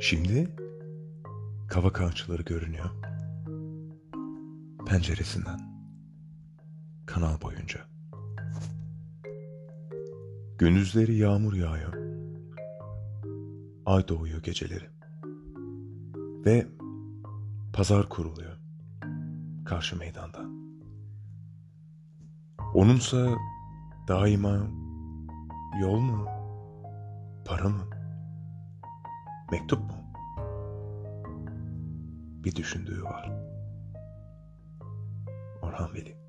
Şimdi kavak ağaçları görünüyor penceresinden, kanal boyunca. Gündüzleri yağmur yağıyor, ay doğuyor geceleri ve pazar kuruluyor karşı meydanda. Onunsa daima yol mu, para mı, mektup mu? Bir düşündüğü var. Orhan Veli.